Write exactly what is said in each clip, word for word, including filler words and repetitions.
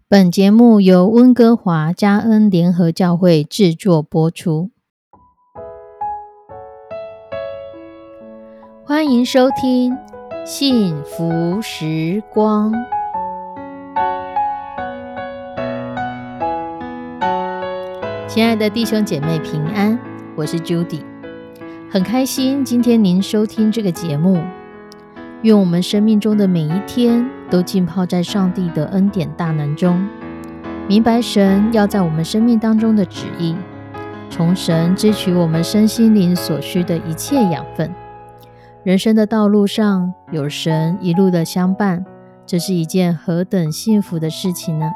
本节目由温哥华嘉恩联合教会制作播出，欢迎收听幸福时光。亲爱的弟兄姐妹平安，我是 Judy， 很开心今天您收听这个节目。愿我们生命中的每一天都浸泡在上帝的恩典大能中，明白神要在我们生命当中的旨意，从神支取我们身心灵所需的一切养分。人生的道路上有神一路的相伴，这是一件何等幸福的事情呢？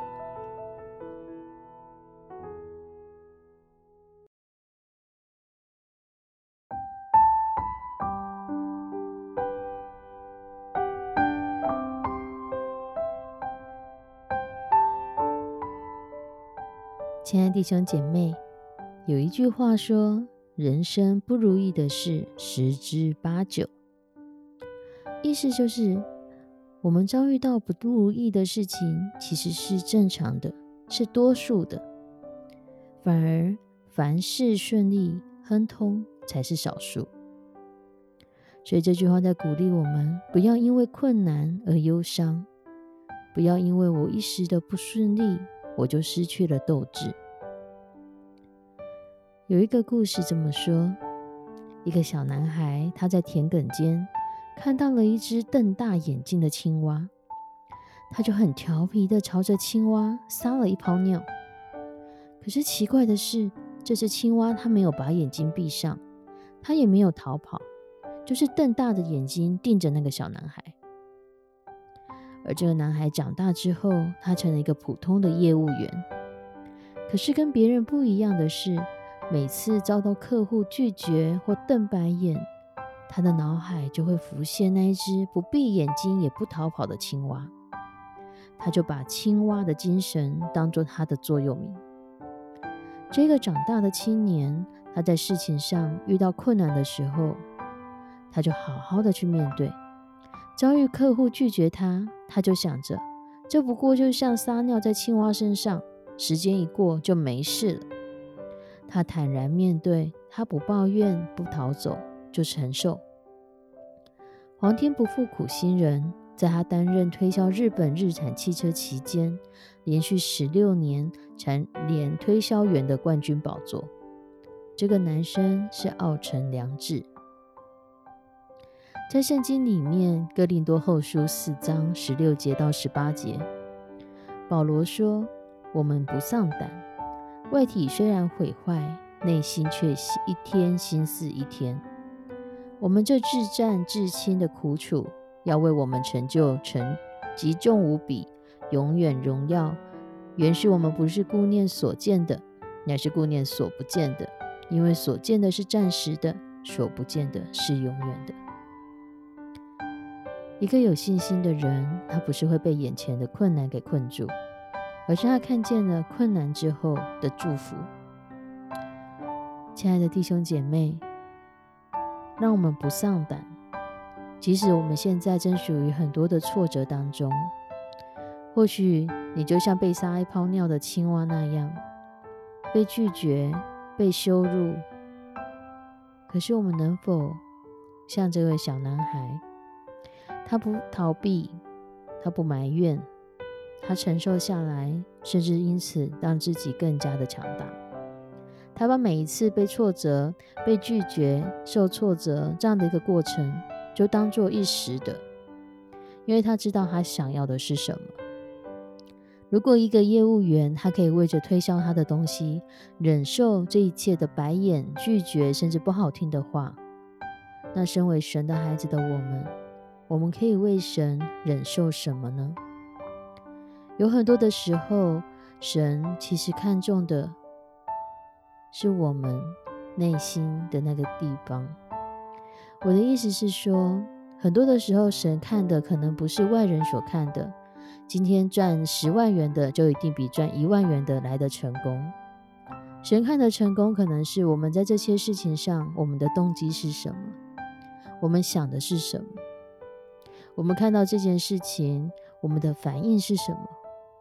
亲爱的弟兄姐妹，有一句话说，人生不如意的事十之八九。意思就是我们遭遇到不如意的事情其实是正常的，是多数的，反而凡事顺利亨通才是少数。所以这句话在鼓励我们，不要因为困难而忧伤，不要因为我一时的不顺利我就失去了斗志。有一个故事这么说，一个小男孩他在田埂间看到了一只瞪大眼睛的青蛙，他就很调皮地朝着青蛙撒了一泡尿。可是奇怪的是，这只青蛙它没有把眼睛闭上，它也没有逃跑，就是瞪大的眼睛盯着那个小男孩。而这个男孩长大之后，他成了一个普通的业务员。可是跟别人不一样的是，每次遭到客户拒绝或瞪白眼，他的脑海就会浮现那一只不闭眼睛也不逃跑的青蛙。他就把青蛙的精神当作他的座右铭。这个长大的青年，他在事情上遇到困难的时候，他就好好的去面对。遭遇客户拒绝他，他就想着，这不过就像撒尿在青蛙身上，时间一过就没事了。他坦然面对，他不抱怨，不逃走，就承受。皇天不负苦心人，在他担任推销日本日产汽车期间，连续十六年蝉联推销员的冠军宝座。这个男生是奥城良治。在圣经里面，哥林多后书四章十六节到十八节，保罗说，我们不丧胆，外体虽然毁坏，内心却一天心思一天。我们这至战至轻的苦楚，要为我们成就成极重无比、永远荣耀，原是我们不是顾念所见的，乃是顾念所不见的，因为所见的是暂时的，所不见的是永远的。一个有信心的人，他不是会被眼前的困难给困住，而是他看见了困难之后的祝福。亲爱的弟兄姐妹，让我们不丧胆，即使我们现在正属于很多的挫折当中，或许你就像被撒一泡尿的青蛙那样，被拒绝，被羞辱。可是我们能否像这位小男孩，他不逃避，他不埋怨，他承受下来，甚至因此让自己更加的强大。他把每一次被挫折、被拒绝、受挫折这样的一个过程就当作一时的，因为他知道他想要的是什么。如果一个业务员他可以为着推销他的东西忍受这一切的白眼、拒绝甚至不好听的话，那身为神的孩子的我们，我们可以为神忍受什么呢？有很多的时候，神其实看重的是我们内心的那个地方。我的意思是说，很多的时候神看的可能不是外人所看的，今天赚十万元的就一定比赚一万元的来得成功。神看的成功可能是我们在这些事情上，我们的动机是什么，我们想的是什么，我们看到这件事情我们的反应是什么，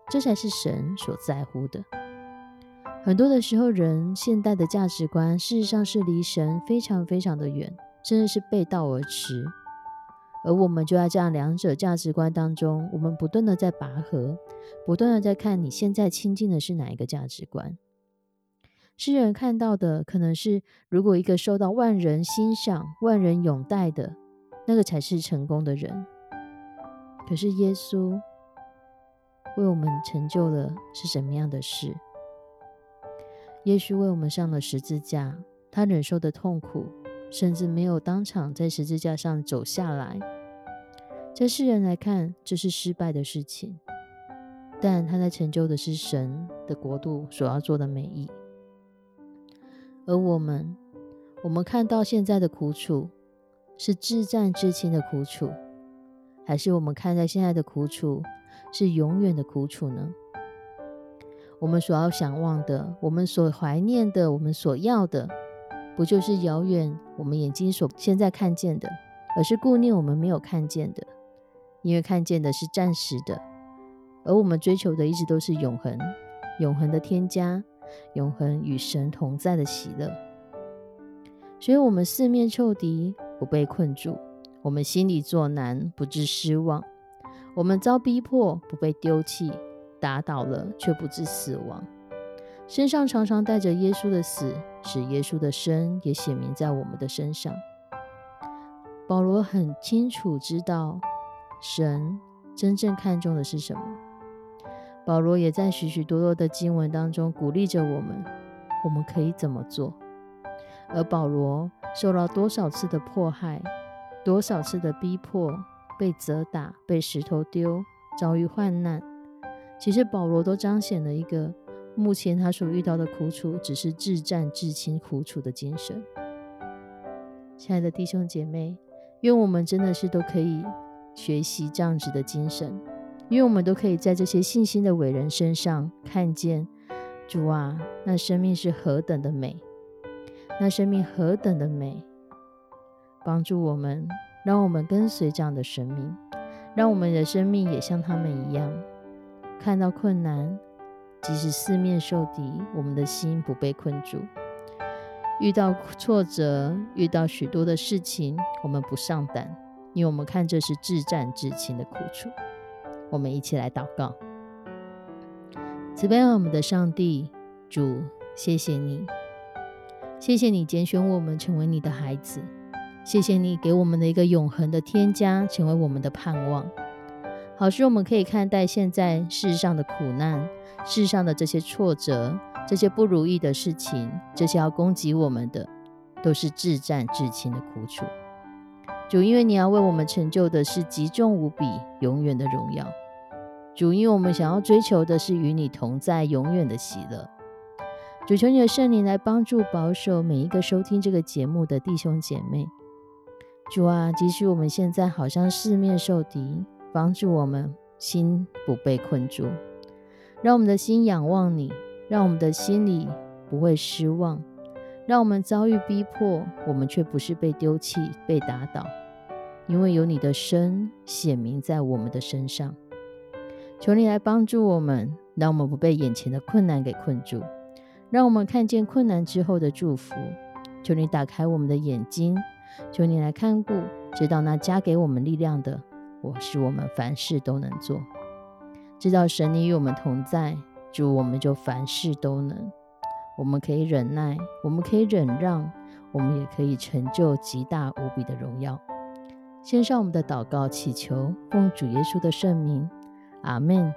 这才是神所在乎的。很多的时候，人现代的价值观事实上是离神非常非常的远，甚至是背道而驰。而我们就在这样两者价值观当中，我们不断的在拔河，不断的在看你现在亲近的是哪一个价值观。世人看到的可能是，如果一个受到万人欣赏、万人拥戴的，那个才是成功的人。可是耶稣为我们成就了是什么样的事？耶稣为我们上了十字架，他忍受的痛苦，甚至没有当场在十字架上走下来。在世人来看，这是失败的事情，但他在成就的是神的国度所要做的美意。而我们，我们看到现在的苦楚，是至战至轻的苦楚，还是我们看待现在的苦楚是永远的苦楚呢？我们所要想望的，我们所怀念的，我们所要的，不就是遥远我们眼睛所现在看见的，而是顾念我们没有看见的，因为看见的是暂时的，而我们追求的一直都是永恒，永恒的天家，永恒与神同在的喜乐。所以我们四面受敌，不被困住；我们心里作难，不致失望；我们遭逼迫，不被丢弃，打倒了却不致死亡。身上常常带着耶稣的死，使耶稣的生也显明在我们的身上。保罗很清楚知道神真正看重的是什么。保罗也在许许多多的经文当中鼓励着我们，我们可以怎么做。而保罗受到多少次的迫害，多少次的逼迫，被责打，被石头丢，遭遇患难，其实保罗都彰显了一个目前他所遇到的苦楚只是至战至轻苦楚的精神。亲爱的弟兄姐妹，愿我们真的是都可以学习这样子的精神，愿我们都可以在这些信心的伟人身上看见，主啊，那生命是何等的美，那生命何等的美，帮助我们，让我们跟随这样的生命，让我们的生命也像他们一样，看到困难，即使四面受敌，我们的心不被困住；遇到挫折，遇到许多的事情，我们不上胆，因为我们看这是至战至轻的苦楚。我们一起来祷告。慈悲我们的上帝，主，谢谢你，谢谢你拣选我们成为你的孩子，谢谢你给我们的一个永恒的天家，成为我们的盼望，好使我们可以看待现在世上的苦难，世上的这些挫折，这些不如意的事情，这些要攻击我们的，都是至战至轻的苦楚。主，因为你要为我们成就的是极重无比永远的荣耀。主，因为我们想要追求的是与你同在永远的喜乐。主，求你的圣灵来帮助保守每一个收听这个节目的弟兄姐妹。主啊，即使我们现在好像四面受敌，帮助我们心不被困住，让我们的心仰望你，让我们的心里不会失望，让我们遭遇逼迫，我们却不是被丢弃被打倒，因为有你的生显明在我们的身上。求你来帮助我们，让我们不被眼前的困难给困住，让我们看见困难之后的祝福。求你打开我们的眼睛，求你来看顾，知道那加给我们力量的，我使我们凡事都能做。知道神你与我们同在，主，我们就凡事都能。我们可以忍耐，我们可以忍让，我们也可以成就极大无比的荣耀。献上我们的祷告祈求，奉主耶稣的圣名，阿们。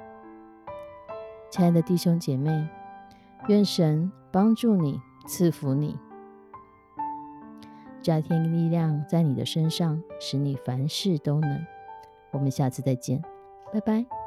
亲爱的弟兄姐妹，愿神帮助你，赐福你，加添力量在你的身上，使你凡事都能。我们下次再见，拜拜。